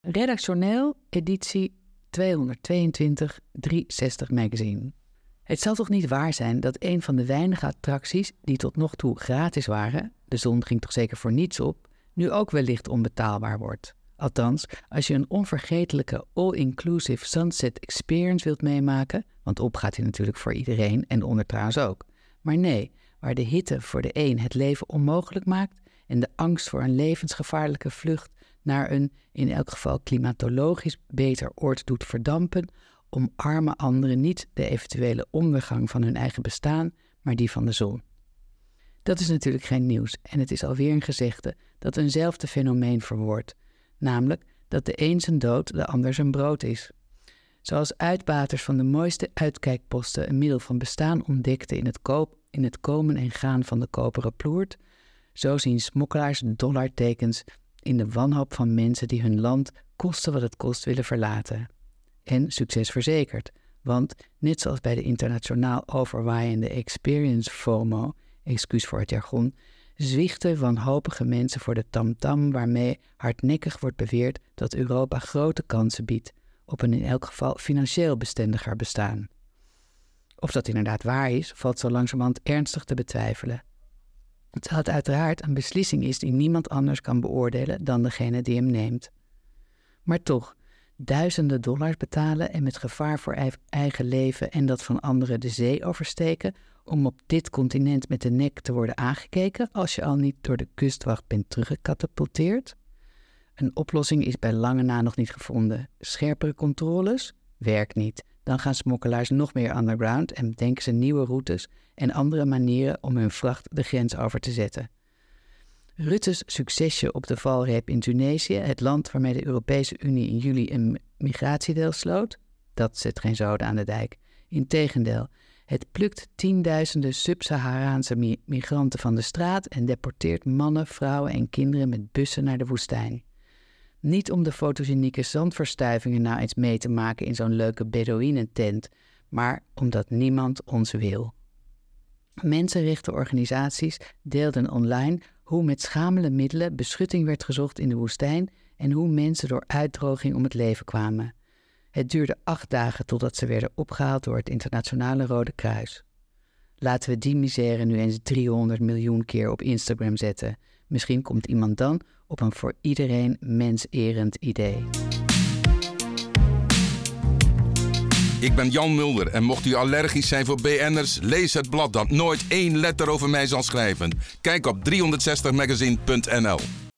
Redactioneel, editie 222, 360 Magazine. Het zal toch niet waar zijn dat een van de weinige attracties die tot nog toe gratis waren, de zon ging toch zeker voor niets op, nu ook wellicht onbetaalbaar wordt. Althans, als je een onvergetelijke all-inclusive sunset experience wilt meemaken, want op gaat hij natuurlijk voor iedereen en onder trouwens ook. Maar nee, waar de hitte voor de een het leven onmogelijk maakt en de angst voor een levensgevaarlijke vlucht naar een, in elk geval klimatologisch beter oord doet verdampen, omarmen anderen niet de eventuele ondergang van hun eigen bestaan, maar die van de zon. Dat is natuurlijk geen nieuws en het is alweer een gezegde dat eenzelfde fenomeen verwoordt, namelijk dat de een zijn dood, de ander zijn brood is. Zoals uitbaters van de mooiste uitkijkposten een middel van bestaan ontdekten in het komen en gaan van de koperen ploert, zo zien smokkelaars dollartekens in de wanhoop van mensen die hun land koste wat het kost willen verlaten. En succes verzekerd, want net zoals bij de internationaal overwaaiende experience FOMO, excuus voor het jargon, zwichten wanhopige mensen voor de tamtam waarmee hardnekkig wordt beweerd dat Europa grote kansen biedt op een in elk geval financieel bestendiger bestaan. Of dat inderdaad waar is, valt zo langzamerhand ernstig te betwijfelen. Terwijl het uiteraard een beslissing is die niemand anders kan beoordelen dan degene die hem neemt. Maar toch, duizenden dollars betalen en met gevaar voor eigen leven en dat van anderen de zee oversteken om op dit continent met de nek te worden aangekeken als je al niet door de kustwacht bent teruggecatapulteerd? Een oplossing is bij lange na nog niet gevonden. Scherpere controles? Werkt niet. Dan gaan smokkelaars nog meer underground en bedenken ze nieuwe routes en andere manieren om hun vracht de grens over te zetten. Rutte's succesje op de valreep in Tunesië, het land waarmee de Europese Unie in juli een migratiedeel sloot, dat zet geen zoden aan de dijk. Integendeel, het plukt tienduizenden Sub-Saharaanse migranten van de straat en deporteert mannen, vrouwen en kinderen met bussen naar de woestijn. Niet om de fotogenieke zandverstuivingen nou eens mee te maken in zo'n leuke Bedouinentent, maar omdat niemand ons wil. Mensenrechtenorganisaties deelden online hoe met schamele middelen beschutting werd gezocht in de woestijn en hoe mensen door uitdroging om het leven kwamen. Het duurde 8 dagen totdat ze werden opgehaald door het Internationale Rode Kruis. Laten we die misère nu eens 300 miljoen keer op Instagram zetten. Misschien komt iemand dan op een voor iedereen menserend idee. Ik ben Jan Mulder en mocht u allergisch zijn voor BN'ers, lees het blad dat nooit 1 letter over mij zal schrijven. Kijk op 360magazine.nl.